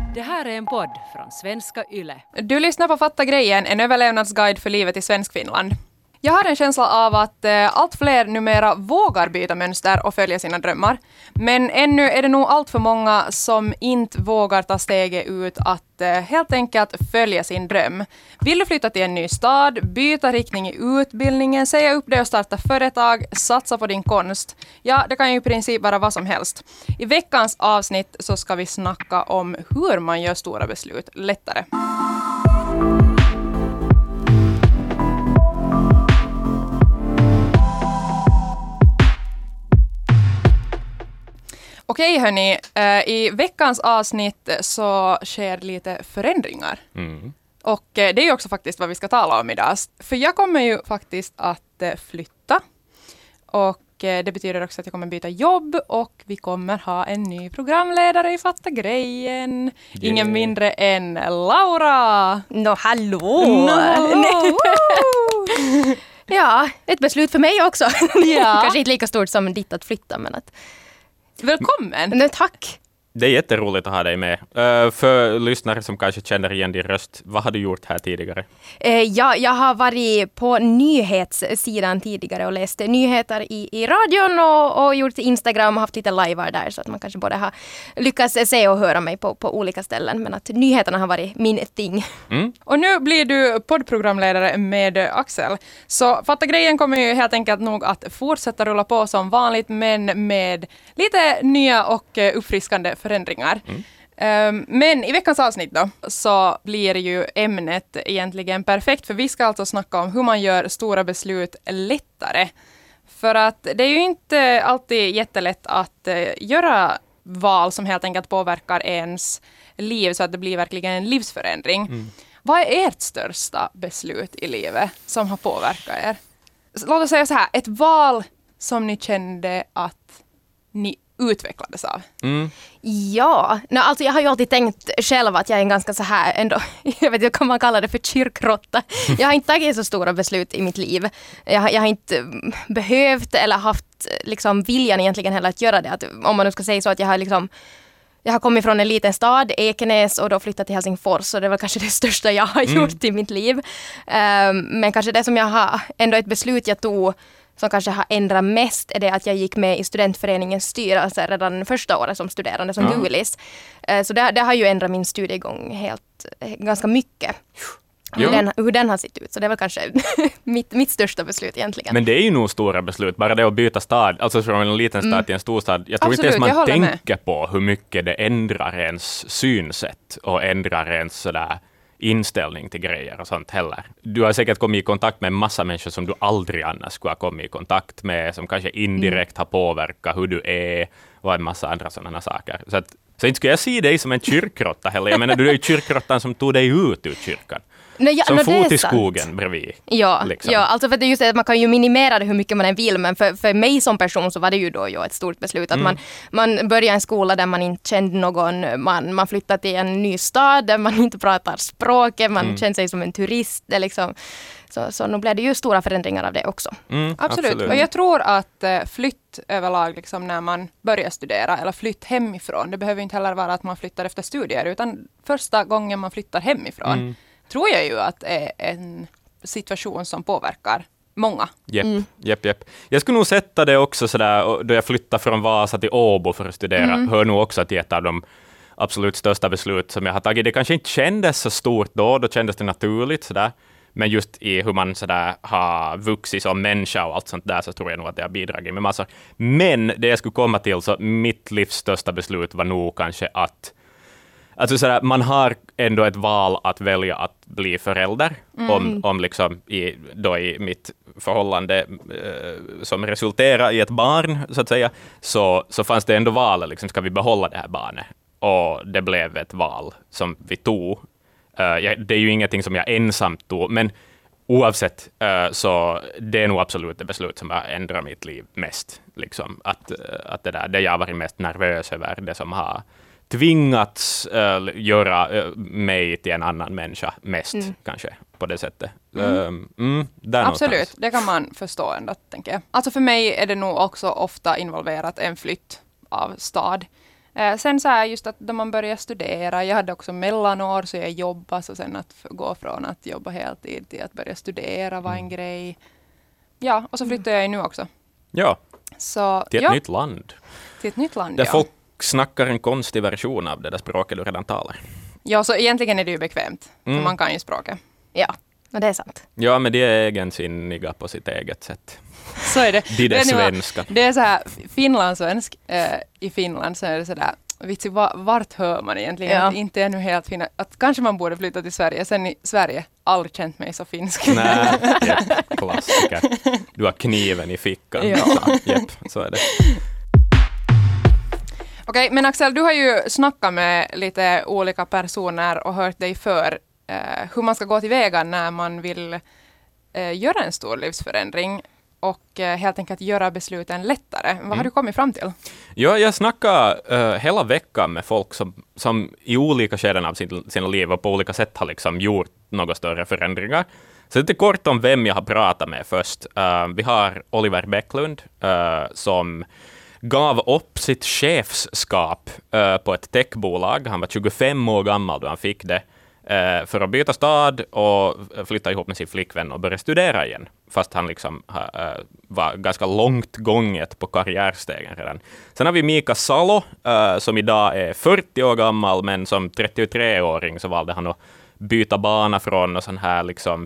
Det här är en podd från Svenska Yle. Du lyssnar på Fatta grejen, en överlevnadsguide för livet i Svenskfinland. Jag har en känsla av att allt fler numera vågar byta mönster och följa sina drömmar. Men ännu är det nog allt för många som inte vågar ta steget ut att helt enkelt följa sin dröm. Vill du flytta till en ny stad, byta riktning i utbildningen, säga upp det och starta företag, satsa på din konst? Ja, det kan ju i princip vara vad som helst. I veckans avsnitt så ska vi snacka om hur man gör stora beslut lättare. Okej hörni, i veckans avsnitt så sker lite förändringar. Och det är ju också faktiskt vad vi ska tala om idag. För jag kommer ju faktiskt att flytta. Och det betyder också att jag kommer byta jobb. Och vi kommer ha en ny programledare i Fatta grejen. Yeah. Ingen mindre än Laura. Hallå! Ja, ett beslut för mig också. Ja. Kanske inte lika stort som ditt att flytta, men att... Välkommen! Nej, tack! Det är jätteroligt att ha dig med. För lyssnare som kanske känner igen din röst, vad har du gjort här tidigare? Jag har varit på nyhetssidan tidigare och läst nyheter i radion och gjort Instagram och haft lite livear där så att man kanske både har lyckats se och höra mig på olika ställen. Men att nyheterna har varit min thing. Och nu blir du poddprogramledare med Axel. Så Fatta grejen kommer ju helt enkelt nog att fortsätta rulla på som vanligt men med lite nya och uppfriskande förändringar. Men i veckans avsnitt då så blir ju ämnet egentligen perfekt för vi ska alltså snacka om hur man gör stora beslut lättare. För att det är ju inte alltid jättelätt att göra val som helt enkelt påverkar ens liv så att det blir verkligen en livsförändring. Vad är ert största beslut i livet som har påverkat er? Låt oss säga så här, ett val som ni kände att ni utvecklades av. Ja, alltså jag har ju alltid tänkt själv att jag är en ganska så här ändå, jag vet inte, kan man kalla det för kyrkrotta. Jag har inte tagit så stora beslut i mitt liv. Jag har inte behövt eller haft liksom viljan egentligen heller att göra det. Att, om man nu ska säga så att jag har kommit från en liten stad, Ekenäs, och då flyttat till Helsingfors. Så det var kanske det största jag har gjort i mitt liv. Men kanske det som jag har, ändå ett beslut jag tog som kanske har ändrat mest är det att jag gick med i studentföreningens styrelse redan första året som studerande, som gulis. Så det har ju ändrat min studiegång ganska mycket. Hur den har sett ut. Så det var kanske mitt största beslut egentligen. Men det är ju nog stora beslut. Bara det att byta stad, alltså från en liten stad till en stor stad. Jag tror Absolut, inte ens man tänker med på hur mycket det ändrar ens synsätt och ändrar ens sådär inställning till grejer och sånt heller. Du har säkert kommit i kontakt med en massa människor som du aldrig annars skulle ha kommit i kontakt med, som kanske indirekt har påverkat hur du är och en massa andra sådana saker. Så inte skulle jag se dig som en kyrkrotta heller. Jag menar, du är ju kyrkrottan som tog dig ut ur kyrkan. Som fot i skogen bredvid. Ja, liksom. Ja, alltså för det är just det att man kan ju minimera det hur mycket man än vill, men för mig som person så var det ju då ett stort beslut att man börjar en skola där man inte kände någon, man flyttar till en ny stad där man inte pratar språket, man känner sig som en turist, det liksom. Så nu blir det ju stora förändringar av det också. Absolut. Och jag tror att flytt överlag liksom när man börjar studera eller flytt hemifrån, det behöver inte heller vara att man flyttar efter studier utan första gången man flyttar hemifrån tror jag ju att det är en situation som påverkar många. Japp. Jag skulle nog sätta det också sådär, då jag flyttade från Vasa till Åbo för att studera, hör nog också till ett av de absolut största beslut som jag har tagit. Det kanske inte kändes så stort då kändes det naturligt sådär. Men just i hur man sådär har vuxit som människa och allt sånt där så tror jag nog att det har bidragit med massor. Men det jag skulle komma till, så mitt livs största beslut var nog kanske att alltså sådär, man har ändå ett val att välja att bli förälder. Om liksom i mitt förhållande som resulterar i ett barn, så att säga, så fanns det ändå val, liksom, ska vi behålla det här barnet? Och det blev ett val som vi tog. Det är ju ingenting som jag ensam tog, men oavsett så det är nog absolut det beslut som har ändrat mitt liv mest. Liksom. Att det jag har varit mest nervös över, det som har tvingats göra mig till en annan människa mest, kanske, på det sättet. Absolut, någonstans. Det kan man förstå ändå, tänker jag. Alltså för mig är det nog också ofta involverat en flytt av stad. Sen så här just att då man börjar studera, jag hade också mellanår så jag jobbade, så sen att gå från att jobba heltid till att börja studera var en grej. Ja, och så flyttade jag ju nu också. Ja, Så, till ett nytt land. Till ett nytt land, Där ja. folk snackar en konstig version av det där språket du redan talar. Ja, så egentligen är det ju bekvämt. För man kan ju språket. Ja, men det är sant. Ja, men de är egensinniga på sitt eget sätt. Så är det. De är Vet ni vad? svenska. Det är så här, finlandssvensk. I Finland så är det så där, vitsi, vart hör man egentligen? Ja. Att inte är nu helt fina. Att kanske man borde flytta till Sverige. Sen i Sverige, aldrig känt mig så finsk. Nej, jepp, klassiker. Du har kniven i fickan. Ja. Jepp, så är det. Okej, men Axel, du har ju snackat med lite olika personer och hört dig för hur man ska gå tillväga när man vill göra en stor livsförändring och helt enkelt göra besluten lättare. Vad har du kommit fram till? Ja, jag snackar hela veckan med folk som i olika skeden av sina liv och på olika sätt har liksom gjort några större förändringar. Så lite kort om vem jag har pratat med först. Vi har Oliver Bäcklund som gav upp sitt chefskap på ett techbolag. Han var 25 år gammal då han fick det för att byta stad och flytta ihop med sin flickvän och börja studera igen. Fast han liksom var ganska långt gånget på karriärstegen redan. Sen har vi Mika Salo som idag är 40 år gammal, men som 33-åring så valde han att byta bana från och sån här liksom,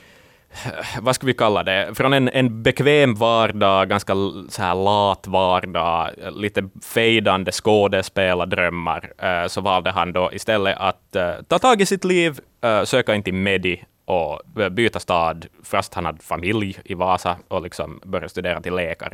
vad ska vi kalla det? Från en bekväm vardag, ganska så här lat vardag, lite fejdande skådespelardrömmar, så valde han då istället att ta tag i sitt liv, söka in till Medi och byta stad, fast han hade familj i Vasa och liksom börja studera till läkare.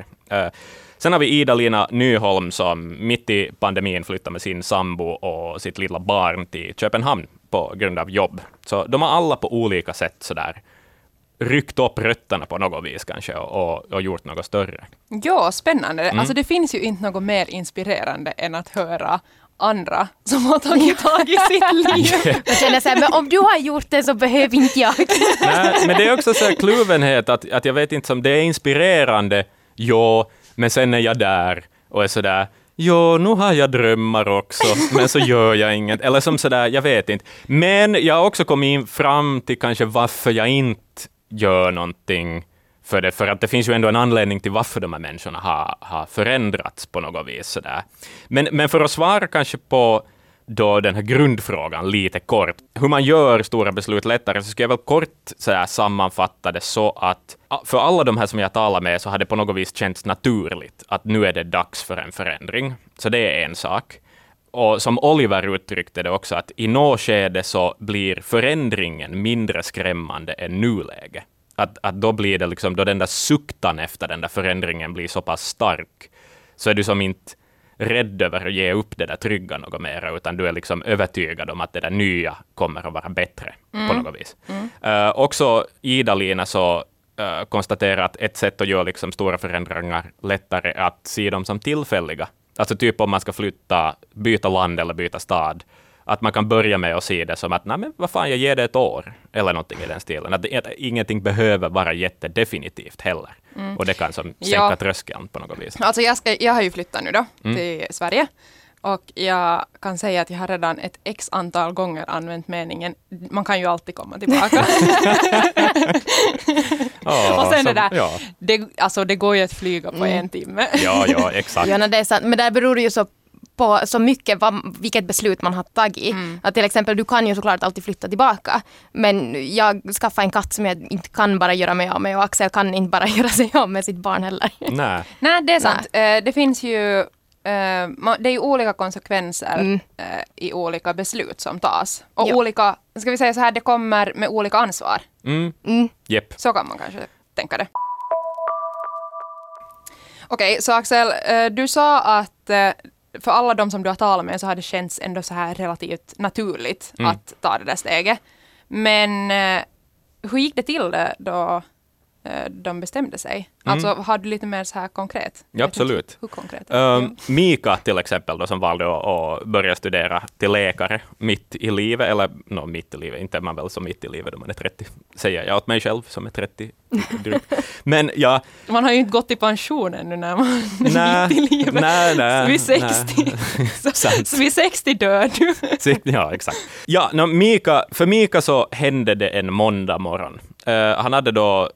Sen har vi Ida-Lina Nyholm som mitt i pandemin flyttade med sin sambo och sitt lilla barn till Köpenhamn på grund av jobb. Så de har alla på olika sätt sådär ryckt upp rötterna på något vis kanske och gjort något större. Ja, spännande. Alltså det finns ju inte något mer inspirerande än att höra andra som har tagit tag i sitt liv. Jag känner så här, men om du har gjort det så behöver inte jag. Nej, men det är också så här kluvenhet att jag vet inte om det är inspirerande, ja, men sen är jag där och är sådär, ja, nu har jag drömmar också, men så gör jag inget. Eller som sådär, jag vet inte. Men jag har också kommit fram till kanske varför jag inte gör någonting för det. För att det finns ju ändå en anledning till varför de här människorna har förändrats på något vis. Sådär. Men för att svara kanske på då den här grundfrågan lite kort, hur man gör stora beslut lättare, så ska jag väl kort sådär sammanfatta det så att för alla de här som jag talar med så har det på något vis känts naturligt att nu är det dags för en förändring. Så det är en sak. Och som Oliver uttryckte det också, att i något skede så blir förändringen mindre skrämmande än nuläge. Att då blir det liksom, då den där suktan efter den där förändringen blir så pass stark, så är du som inte rädd över att ge upp det där trygga något mer, utan du är liksom övertygad om att det där nya kommer att vara bättre på något vis. Också Ida-Lina så konstaterar att ett sätt att göra liksom stora förändringar lättare är att se dem som tillfälliga. Alltså typ om man ska flytta, byta land eller byta stad, att man kan börja med att se det som att nej men vad fan, jag ger det ett år eller någonting i den stilen. Att ingenting behöver vara jättedefinitivt heller. Och det kan som sänka tröskeln på något vis. Alltså jag har ju flyttat nu då till Sverige. Och jag kan säga att jag har redan ett x antal gånger använt meningen man kan ju alltid komma tillbaka. Och sen det där, det går ju att flyga på en timme. Ja, exakt. Ja, det är sant. Men där beror det ju på så mycket vilket beslut man har tagit. Att till exempel, du kan ju såklart alltid flytta tillbaka. Men jag skaffade en katt som jag inte kan bara göra mig av med, och Axel kan inte bara göra sig av med sitt barn heller. Nej, det är sant. Det finns ju det är ju olika konsekvenser i olika beslut som tas. Och olika, ska vi säga så här, det kommer med olika ansvar. Yep. Så kan man kanske tänka det. Okej, så Axel, du sa att för alla de som du har talat med så har det känts ändå så här relativt naturligt att ta det där steget. Men hur gick det till då de bestämde sig? Alltså, har du lite mer så här konkret? Ja, absolut. Hur konkret? Mika till exempel då, som valde att börja studera till läkare mitt i livet, eller mitt i livet, inte är man väl så mitt i livet då man är 30, säger jag åt mig själv som är 30 Men ja... Man har ju inte gått i pension ännu när man är mitt i livet. Nej. Så vid 60. Så vid 60 dör du. Ja, exakt. Ja, för Mika så hände det en måndag morgon. Han hade då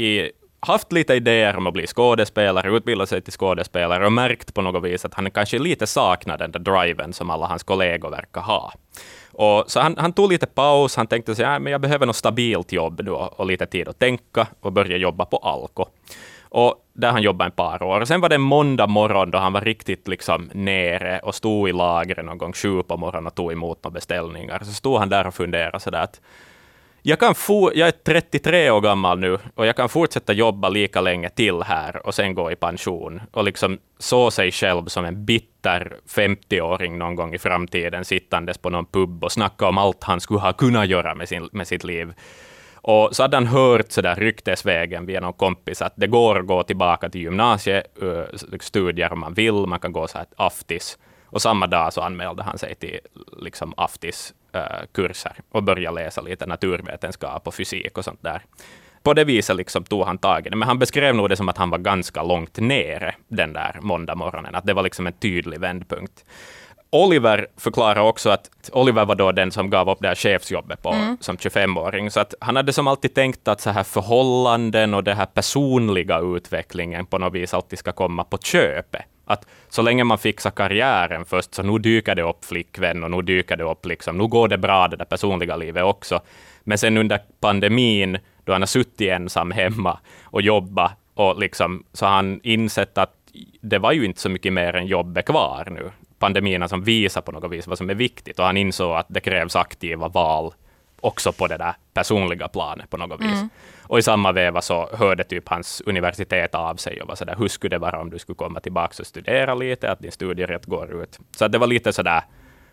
haft lite idéer om att bli skådespelare, utbilda sig till skådespelare och märkt på något vis att han kanske lite saknar den där driven som alla hans kollegor verkar ha. Och så han tog lite paus, han tänkte sig men jag behöver något stabilt jobb då, och lite tid att tänka och börja jobba på Alko. Och där han jobbade ett par år. Och sen var det en måndag morgon då han var riktigt liksom nere och stod i lagren någon gång 7 på morgonen och tog emot några beställningar. Så stod han där och funderade sådär att jag är 33 år gammal nu och jag kan fortsätta jobba lika länge till här och sen gå i pension och liksom så sig själv som en bitter 50-åring någon gång i framtiden sittandes på någon pub och snacka om allt han skulle ha kunnat göra med sitt liv. Och så hade han hört så där ryktesvägen via någon kompis att det går att gå tillbaka till gymnasiestudier om man vill, man kan gå så här aftis. Och samma dag så anmälde han sig till liksom aftis-kurser och började läsa lite naturvetenskap och fysik och sånt där. På det viset liksom tog han tag i det, men han beskrev nog det som att han var ganska långt nere den där måndag morgonen, att det var liksom en tydlig vändpunkt. Oliver förklarar också att Oliver var då den som gav upp det här chefsjobbet som 25-åring. Så att han hade som alltid tänkt att så här förhållanden och det här personliga utvecklingen på något vis alltid ska komma på köpet. Att så länge man fixar karriären först så nu dyker det upp flickvän och nu dyker det upp liksom, nu går det bra det där personliga livet också. Men sen under pandemin då han har suttit ensam hemma och jobbat och liksom, så har han insett att det var ju inte så mycket mer än jobbet kvar nu. Pandemierna som visar på något vis vad som är viktigt. Och han insåg att det krävs aktiva val också på det där personliga planet på något vis. Och i samma veva så hörde typ hans universitet av sig och var sådär, hur skulle det vara om du skulle komma tillbaka och studera lite, att din studierätt går ut. Så det var lite sådär,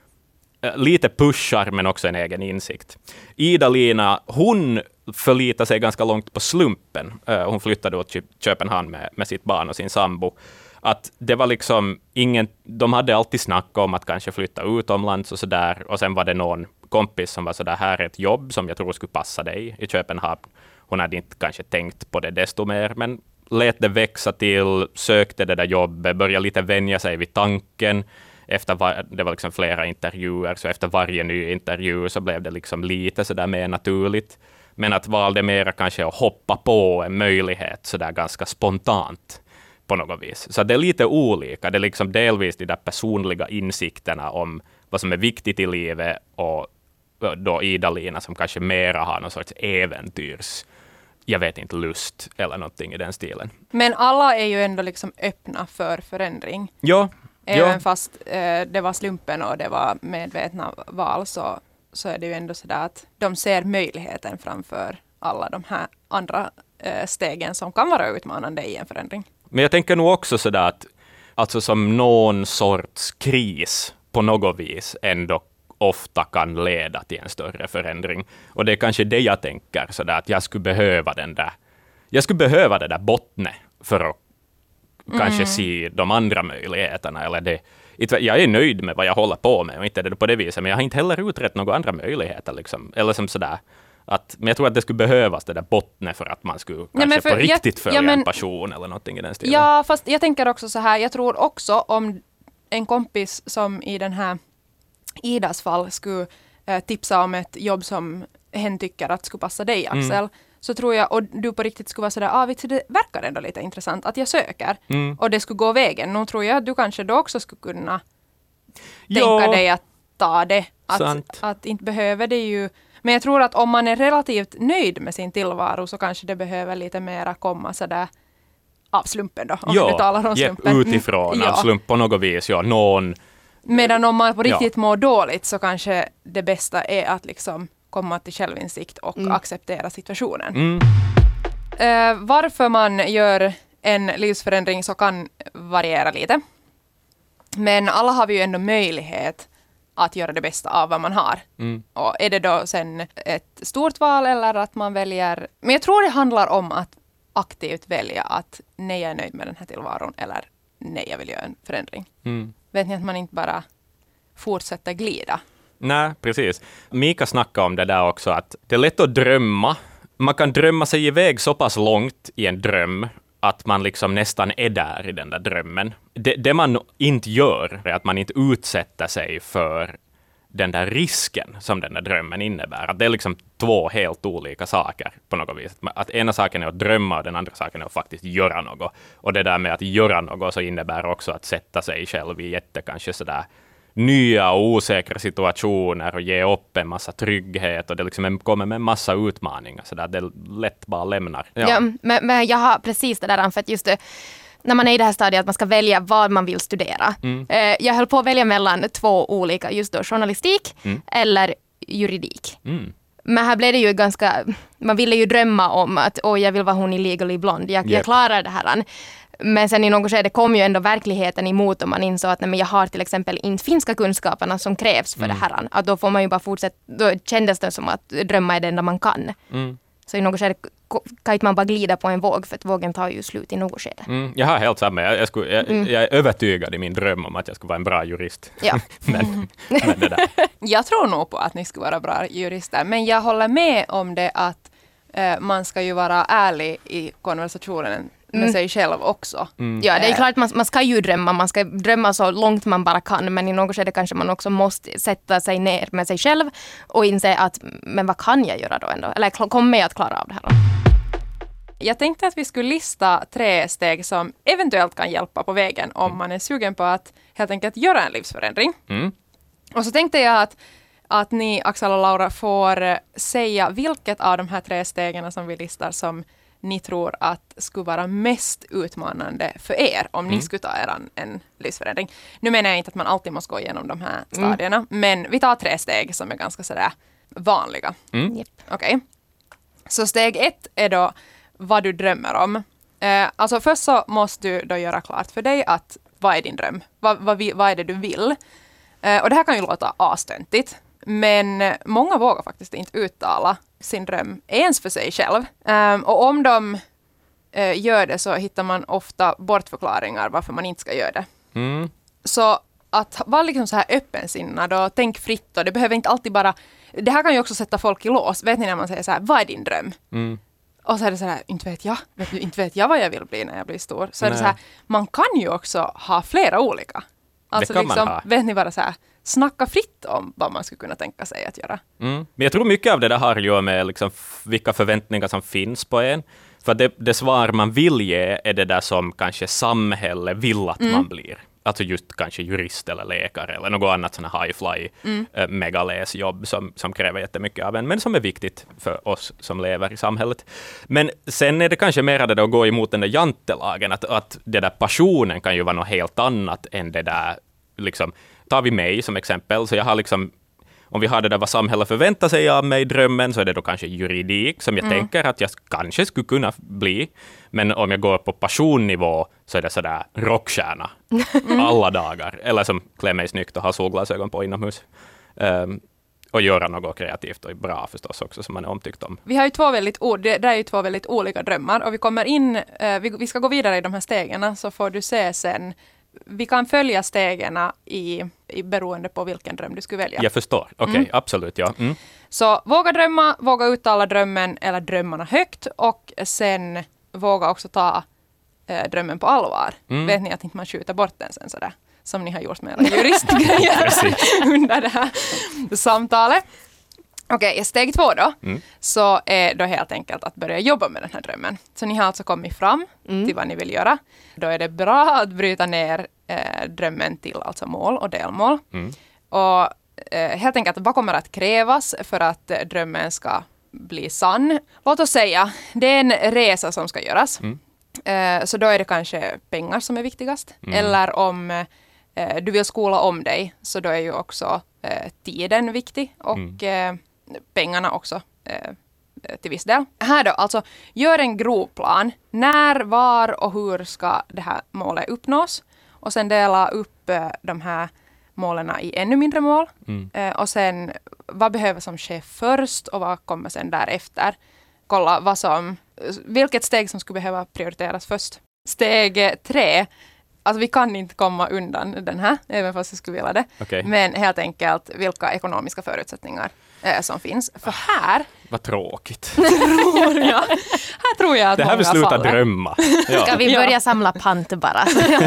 lite pushar men också en egen insikt. Ida-Lina, hon förlitar sig ganska långt på slumpen. Hon flyttade åt Köpenhamn med sitt barn och sin sambo. Att det var liksom de hade alltid snackat om att kanske flytta utomlands och sådär. Och sen var det någon kompis som var sådär, här är ett jobb som jag tror skulle passa dig i Köpenhamn. Hon hade inte kanske tänkt på det desto mer, men lät det växa till, sökte det där jobbet, började lite vänja sig vid tanken. Det var liksom flera intervjuer, så efter varje ny intervju så blev det liksom lite sådär mer naturligt. Men att valde mera kanske att hoppa på en möjlighet sådär ganska spontant på något vis. Så det är lite olika. Det är liksom delvis de där personliga insikterna om vad som är viktigt i livet och då Ida-Lina som kanske mera har någon sorts äventyrs, jag vet inte, lust eller någonting i den stilen. Men alla är ju ändå liksom öppna för förändring. Ja. Även fast det var slumpen och det var medvetna val så är det ju ändå sådär att de ser möjligheten framför alla de här andra stegen som kan vara utmanande i en förändring. Men jag tänker nog också sådär att alltså som någon sorts kris på något vis ändå ofta kan leda till en större förändring. Och det är kanske det jag tänker sådär att jag skulle behöva det där bottnet för att kanske se de andra möjligheterna eller det. Jag är nöjd med vad jag håller på med och inte det på det viset, men jag har inte heller utrett några andra möjligheter liksom. Eller som sådär men jag tror att det skulle behövas det där bottnet för att man skulle kanske på riktigt följa en passion eller någonting i den stilen. Ja, fast jag tänker också så här, jag tror också om en kompis som i den här Idas fall skulle tipsa om ett jobb som hen tycker att skulle passa dig, Axel, så tror jag, och du på riktigt skulle vara sådär, det verkar ändå lite intressant att jag söker. Och det skulle gå vägen. Nu tror jag att du kanske då också skulle kunna tänka dig att ta det. Att inte behöver det ju. Men jag tror att om man är relativt nöjd med sin tillvaro så kanske det behöver lite mera komma sådär av slumpen då. Om vi talar om slumpen. Utifrån, av slump på något vis. Ja, någon. Medan om man på riktigt mår dåligt så kanske det bästa är att liksom komma till självinsikt och acceptera situationen. Varför man gör en livsförändring så kan variera lite. Men alla har vi ju ändå möjlighet att göra det bästa av vad man har. Och är det då sen ett stort val eller att man väljer... Men jag tror det handlar om att aktivt välja att nej, jag är nöjd med den här tillvaron eller nej, jag vill göra en förändring. Vet ni att man inte bara fortsätter glida? Nej, precis. Mika snackade om det där också, att det är lätt att drömma man kan drömma sig iväg så pass långt i en dröm att man liksom nästan är där i den där drömmen. Det man inte gör är att man inte utsätter sig för den där risken som den där drömmen innebär. Att det är liksom två helt olika saker på något vis. Att ena saken är att drömma och den andra saken är att faktiskt göra något. Och det där med att göra något så innebär också att sätta sig själv i kanske sådär nya och osäkra situationer och ge upp en massa trygghet och det liksom kommer med en massa utmaningar så där det lätt bara lämnar. Ja, men jag har precis det där för att just när man är i det här stadiet att man ska välja vad man vill studera. Jag höll på att välja mellan två olika, just då journalistik eller juridik. Men här blev det ju man ville ju drömma om att jag vill vara hon i Legally Blonde. Jag klarar det här. Men sen i något skede kom ju ändå verkligheten emot och man insåg att jag har till exempel inte finska kunskaperna som krävs för det här. Att då får man ju bara fortsätta, då kändes det som att drömma är det enda man kan. Så i något skede kan inte man bara glida på en våg för att vågen tar ju slut i något skede. Jag har helt samma. Jag är övertygad i min dröm om att jag skulle vara en bra jurist. Ja. men det där. Jag tror nog på att ni skulle vara bra jurister, men jag håller med om det att man ska ju vara ärlig i konversationen med sig själv också. Ja, det är klart man ska ju drömma. Man ska drömma så långt man bara kan. Men i något skede kanske man också måste sätta sig ner med sig själv och inse att, men vad kan jag göra då ändå? Eller kommer jag att klara av det här då? Jag tänkte att vi skulle lista 3 steg som eventuellt kan hjälpa på vägen om man är sugen på att helt enkelt göra en livsförändring. Och så tänkte jag att ni, Axel och Laura, får säga vilket av de här 3 stegen som vi listar som ni tror att skulle vara mest utmanande för er om ni skulle ta en livsförändring. Nu menar jag inte att man alltid måste gå igenom de här stadierna, men vi tar 3 steg som är ganska sådär vanliga. Okej. Så steg 1 är då vad du drömmer om. Alltså först så måste du då göra klart för dig att vad är din dröm? Vad är det du vill? Och det här kan ju låta astöntigt. Men många vågar faktiskt inte uttala sin dröm ens för sig själv. Och om de gör det så hittar man ofta bortförklaringar varför man inte ska göra det. Så att vara liksom så här öppensinnad och tänk fritt. Och det behöver inte alltid bara... Det här kan ju också sätta folk i lås. Vet ni när man säger så här, vad är din dröm? Och så är det så här, inte vet jag vad jag vill bli när jag blir stor. Så är det så här, man kan ju också ha flera olika. Alltså det kan liksom, man ha. vet ni bara så här, snacka fritt om vad man skulle kunna tänka sig att göra. Men jag tror mycket av det där har att göra med liksom vilka förväntningar som finns på en. För det svar man vill ge är det där som kanske samhället vill att man blir. Alltså just kanske jurist eller läkare eller något annat sån här high-fly megaläsjobb som kräver jättemycket av en, men som är viktigt för oss som lever i samhället. Men sen är det kanske mer det där att gå emot den där jantelagen, att det där passionen kan ju vara något helt annat än det där, liksom, tar vi mig som exempel, så jag har liksom, om vi har det där vad samhället förväntar sig av mig i drömmen, så är det då kanske juridik som jag tänker att jag kanske skulle kunna bli. Men om jag går på passionnivå så är det sådär rockstjärna alla dagar. Eller som klär mig snyggt och har solglasögon på inomhus. Och göra något kreativt och bra förstås också som man är omtyckt om. Vi har ju det är ju 2 väldigt olika drömmar och vi kommer in, vi ska gå vidare i de här stegen så får du se sen. Vi kan följa stegen i beroende på vilken dröm du skulle välja. Jag förstår. Okej, absolut, ja. Så våga drömma, våga uttala drömmen eller drömmarna högt och sen våga också ta drömmen på allvar. Vet ni att inte man skjuter bort den sen sådär som ni har gjort med era juristgrejer under det här samtalet. Okej, steg 2 då. Så är då helt enkelt att börja jobba med den här drömmen. Så ni har alltså kommit fram till vad ni vill göra. Då är det bra att bryta ner drömmen till alltså mål och delmål. Och helt enkelt vad kommer att krävas för att drömmen ska bli sann. Låt oss säga, det är en resa som ska göras. Så då är det kanske pengar som är viktigast. Eller om du vill skola om dig så då är ju också tiden viktig och pengarna också till viss del. Här då, alltså gör en grovplan. När, var och hur ska det här målet uppnås? Och sen dela upp de här målen i ännu mindre mål. Och sen vad behöver som ske först och vad kommer sen därefter. Kolla vilket steg som skulle behöva prioriteras först. Steg 3 Alltså vi kan inte komma undan den här, även fast jag skulle vilja det. Okej. Men helt enkelt vilka ekonomiska förutsättningar som finns. För här Vad tråkigt. här tror jag att Det här vill många sluta faller. drömma. Ska Ja. vi börja samla pant bara?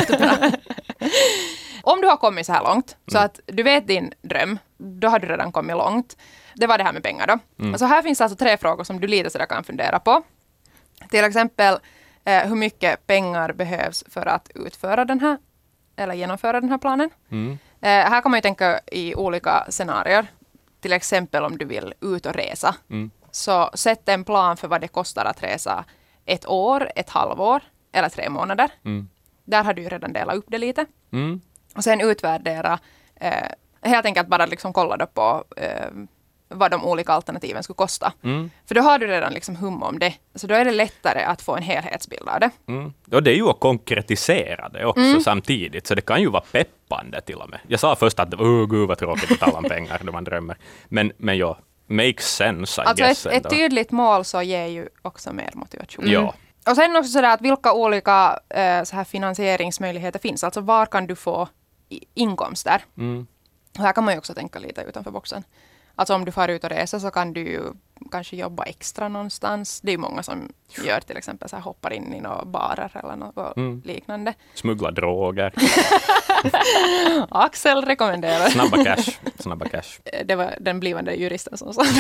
Om du har kommit så här långt, så att du vet din dröm, då har du redan kommit långt. Det var det här med pengar då. Så här finns alltså 3 frågor som du lite sådär kan fundera på. Till exempel, hur mycket pengar behövs för att utföra den här, eller genomföra den här planen. Här kan man ju tänka i olika scenarier. Till exempel om du vill ut och resa. Så sätt en plan för vad det kostar att resa 1 år, 1 halvår eller 3 månader. Där har du ju redan delat upp det lite. Och sen utvärdera, helt enkelt bara liksom kolla då på vad de olika alternativen skulle kosta. För då har du redan liksom hum om det. Så då är det lättare att få en helhetsbild av det. Och det är ju att konkretisera det också samtidigt, så det kan ju vara peppande till och med. Jag sa först att gud vad tråkigt att tala om pengar när man drömmer. Men ja, makes sense, I Alltså guess. ett tydligt mål så ger ju också mer motivation. Ja. Och sen också sådär att vilka olika så här finansieringsmöjligheter finns. Alltså var kan du få inkomster? Och här kan man ju också tänka lite utanför boxen. Alltså om du far ut och reser så kan du ju kanske jobba extra någonstans. Det är ju många som gör till exempel så här hoppar in i några barer eller något liknande. Smuggla droger. Axel rekommenderar. Snabba cash. Det var den blivande juristen som sa.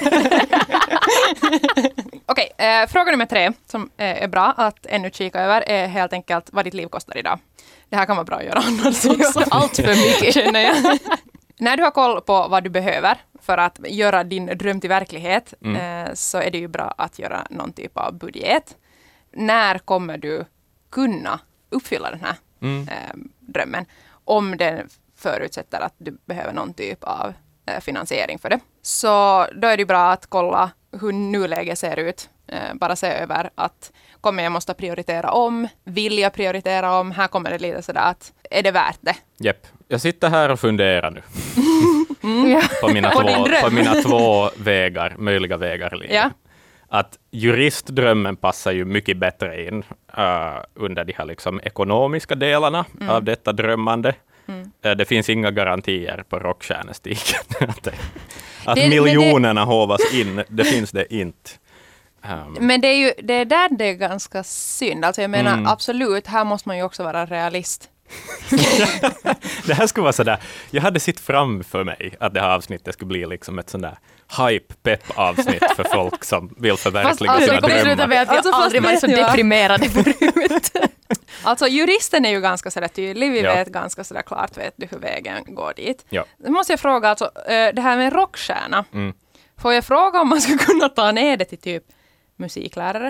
Okej, fråga nummer 3 som är bra att ännu kika över är helt enkelt vad ditt liv kostar idag. Det här kan vara bra att göra annars också. Allt för mycket. Känner jag. När du har koll på vad du behöver för att göra din dröm till verklighet så är det ju bra att göra någon typ av budget. När kommer du kunna uppfylla den här drömmen? Om den förutsätter att du behöver någon typ av finansiering för det. Så då är det bra att kolla hur nuläget ser ut. Bara se över att kommer jag måste prioritera om? Vill jag prioritera om? Här kommer det lite sådär att är det värt det? Japp. Jag sitter här och funderar nu. På mina 2 vägar, möjliga vägar i livet. Ja. Att juristdrömmen passar ju mycket bättre in under de här liksom ekonomiska delarna av detta drömmande. Det finns inga garantier på rockstjärnestigen. att miljonerna hovas in, det finns det inte. Men det är där det är ganska synd. Alltså jag menar absolut, här måste man ju också vara realist. Det här skulle vara sådär, jag hade sett framför mig att det här avsnittet skulle bli liksom ett sånt där hype-pepp-avsnitt för folk som vill förverkliga sina Det slutar drömmar. med att vi Alltså, aldrig varit så deprimerade förut. Alltså juristen är ju ganska sådär tydlig. Vi Ja. vet ganska sådär klart vet du hur vägen går dit. Ja. Nu måste jag fråga, alltså, det här med rockstjärna. Får jag fråga om man skulle kunna ta ner det till typ musiklärare?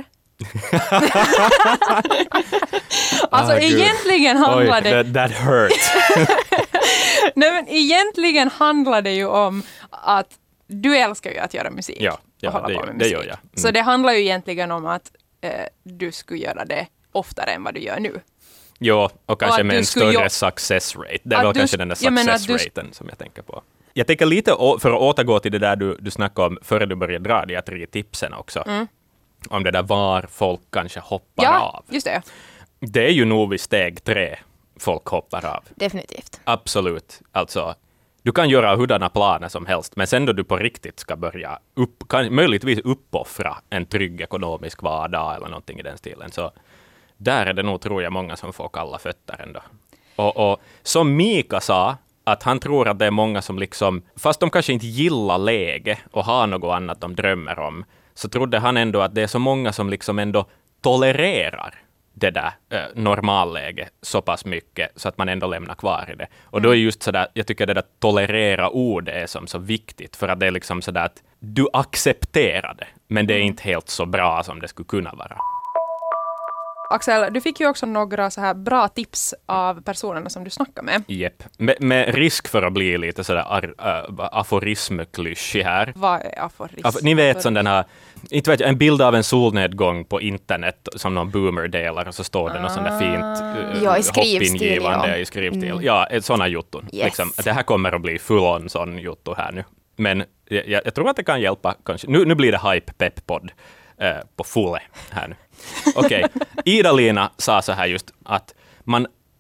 Alltså Gud. egentligen handlar det... That hurt. Nej men egentligen handlar det ju om att du älskar ju att göra musik. Ja, och hålla det på gör- med det musik. gör jag. Så det handlar ju egentligen om att du skulle göra det oftare än vad du gör nu. Jo, och kanske att med du en skulle större success rate. Det är att väl du kanske sk- den där jag menar att success-raten som jag tänker på. Jag tänker lite, för att återgå till det där du snackade om före du började dra de här 3 tipsen också. Om det där var folk kanske hoppar Ja, av. just det. Det är ju nog vid steg 3 folk hoppar av. Definitivt. Absolut. Alltså, du kan göra hurdana planer som helst, men sen då du på riktigt ska börja möjligtvis uppoffra en trygg ekonomisk vardag eller någonting i den stilen, så där är det nog, tror jag, många som får kalla fötter ändå. Och som Mika sa, att han tror att det är många som liksom, fast de kanske inte gillar läge och har något annat de drömmer om, så trodde han ändå att det är så många som liksom ändå tolererar det där normalläge så pass mycket så att man ändå lämnar kvar i det. Och då är just sådär, jag tycker det där tolerera ord är som så viktigt, för att det är liksom sådär att du accepterar det, men det är inte helt så bra som det skulle kunna vara. Axel, du fick ju också några så här bra tips av personerna som du snackar med. Jepp. Med risk för att bli lite sådär aforismklyschig här. Vad är aforism? Ni vet som den här, inte vet jag, en bild av en solnedgång på internet som någon boomer delar, och så står det något sånt där fint Ja, i skrivstil, hoppingivande ja. i skrivstil. Ja, sådana jutton. Yes. Liksom, det här kommer att bli full-on sån jutto här nu. Men jag tror att det kan hjälpa kanske. Nu blir det hype-pepp-podd på fulle här nu. Okej. Ida-Lina sa så här just att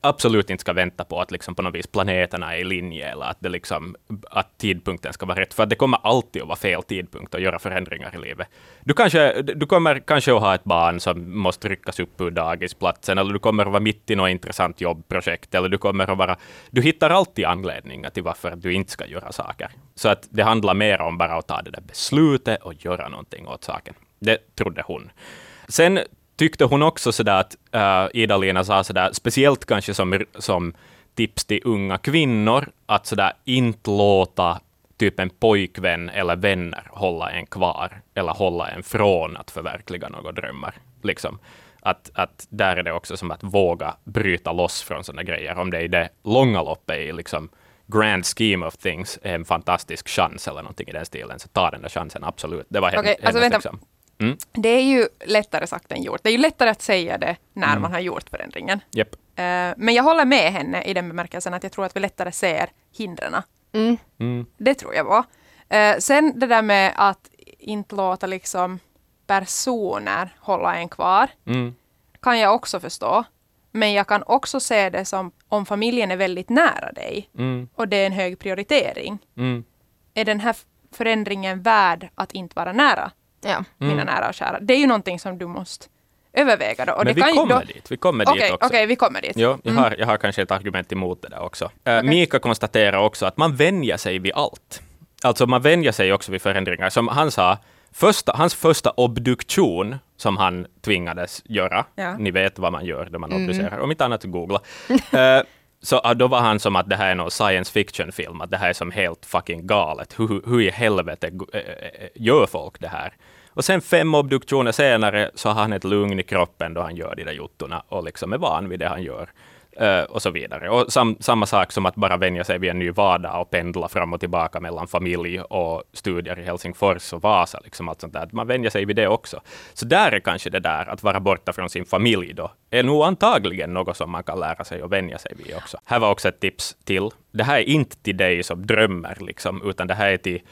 absolut inte ska vänta på att liksom på något vis planeterna är i linje eller att, det liksom, att tidpunkten ska vara rätt. För att det kommer alltid att vara fel tidpunkt att göra förändringar i livet. Du kommer kanske att ha ett barn som måste ryckas upp ur dagisplatsen, eller du kommer att vara mitt i något intressant jobbprojekt, eller du hittar alltid anledningar till varför du inte ska göra saker. Så att det handlar mer om bara att ta det där beslutet och göra någonting åt saken. Det trodde hon. Sen tyckte hon också sådär att Ida-Lina sa sådär, speciellt kanske som tips till unga kvinnor, att sådär inte låta typ en pojkvän eller vänner hålla en kvar eller hålla en från att förverkliga några drömmar. Liksom. Att där är det också som att våga bryta loss från sådana grejer. Om det i det långa loppet i liksom grand scheme of things är en fantastisk chans eller någonting i den stilen, så ta den där chansen, absolut. Det var hennes liksom. Det är ju lättare sagt än gjort. Det är ju lättare att säga det när man har gjort förändringen. Yep. Men jag håller med henne i den bemärkelsen att jag tror att vi lättare ser hindren. Det tror jag var. Sen det där med att inte låta liksom personer hålla en kvar kan jag också förstå. Men jag kan också se det som om familjen är väldigt nära dig och det är en hög prioritering. Är den här förändringen värd att inte vara nära? Ja. Mina nära och kära. Det är ju någonting som du måste överväga då. Och men det vi kommer dit också. Okej, vi kommer dit. Ja, jag har kanske ett argument emot det där också. Mika konstaterar också att man vänjer sig vid allt. Alltså man vänjer sig också vid förändringar. Som han sa, hans första obduktion som han tvingades göra. Ja. Ni vet vad man gör när man obducerar. Om inte annat googla. Så då var han som att det här är någon science fiction-film. Att det här är som helt fucking galet. Hur i helvete gör folk det här? Och sen 5 obduktioner senare så har han ett lugn i kroppen då han gör de där jottorna och liksom är van vid det han gör. Och så vidare. Och samma sak som att bara vänja sig vid en ny vardag och pendla fram och tillbaka mellan familj och studier i Helsingfors och Vasa. Liksom allt sånt där. Man vänjer sig vid det också. Så där är kanske det där att vara borta från sin familj då är nog antagligen något som man kan lära sig och vänja sig vid också. Här var också ett tips till. Det här är inte till dig som drömmer liksom, utan det här är till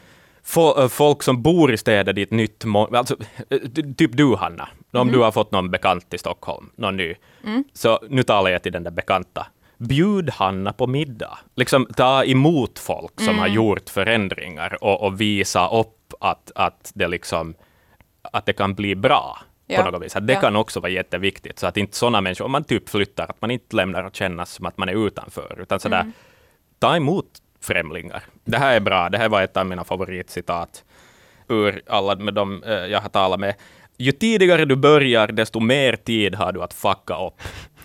folk som bor i städer dit nytt... Alltså, typ du, Hanna. Om du har fått någon bekant i Stockholm, någon ny. Så nu talar jag till den där bekanta. Bjud Hanna på middag. Liksom ta emot folk som har gjort förändringar och visa upp att det liksom... Att det kan bli bra på något vis. Att det kan också vara jätteviktigt. Så att inte sådana människor, om man typ flyttar, att man inte lämnar att kännas som att man är utanför. Utan sådär, ta emot främlingar. Det här är bra. Det här var ett av mina favoritcitat ur alla med dem jag har talat med. Ju tidigare du börjar, desto mer tid har du att fucka upp.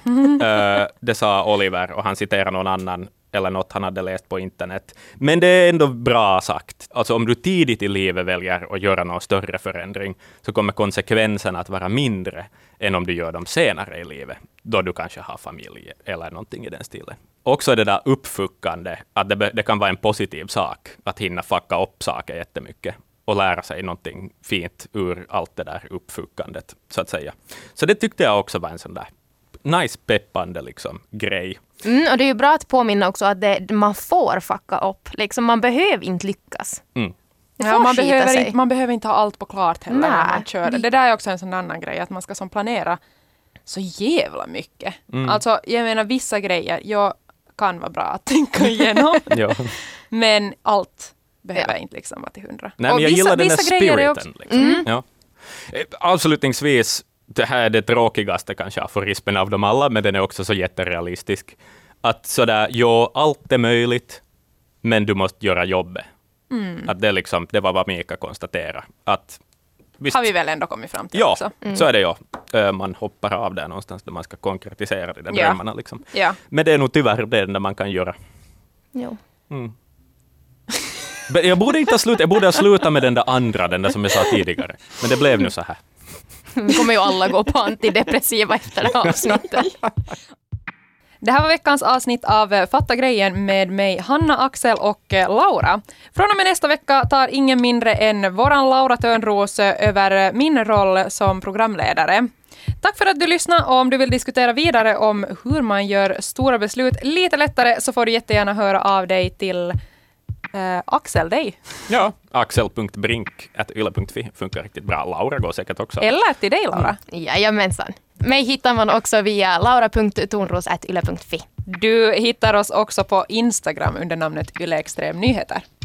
Det sa Oliver och han citerar någon annan eller något han hade läst på internet. Men det är ändå bra sagt. Alltså om du tidigt i livet väljer att göra någon större förändring så kommer konsekvenserna att vara mindre än om du gör dem senare i livet. Då du kanske har familj eller någonting i den stilen. Också det där uppfuckande, att det kan vara en positiv sak att hinna fucka upp saker jättemycket och lära sig någonting fint ur allt det där uppfuckandet, så att säga. Så det tyckte jag också var en sån där nice peppande liksom, grej. Och det är ju bra att påminna också att man får fucka upp. Liksom, man behöver inte lyckas. Ja, man behöver inte ha allt på klart heller när man kör. Det där är också en sån annan grej, att man ska som planera så jävla mycket. Alltså, jag menar vissa grejer, jag kan vara bra att tänka igenom. Men allt behöver inte liksom vara till 100. Nej, men jag gillar den där spiriten. Liksom. Ja. Avslutningsvis, det här är det tråkigaste kanske aforismen av dem alla, men den är också så jätterealistisk. Att sådär, allt är möjligt, men du måste göra jobbet. Att det, liksom, det var vad Mika konstaterade. Att visst, har vi väl ändå kommit fram till också. Så är det ju. Man hoppar av där någonstans där man ska konkretisera de där drömmarna. Liksom. Men det är nog tyvärr det enda man kan göra. Jo. Jag borde ha slutat med den där andra, den där som jag sa tidigare. Men det blev nu så här. Vi kommer ju alla gå på antidepressiva efter det här avsnittet. Det här var veckans avsnitt av Fatta grejen med mig, Hanna, Axel och Laura. Från och med nästa vecka tar ingen mindre än våran Laura Törnros över min roll som programledare. Tack för att du lyssnade, och om du vill diskutera vidare om hur man gör stora beslut lite lättare så får du jättegärna höra av dig till Axel, dig. Ja, axel.brink@yle.fi funkar riktigt bra. Laura går säkert också. Eller till dig, Laura. Jajamensan. Mig hittar man också via laura.tornros@yle.fi. Du hittar oss också på Instagram under namnet Yle Extrem Nyheter.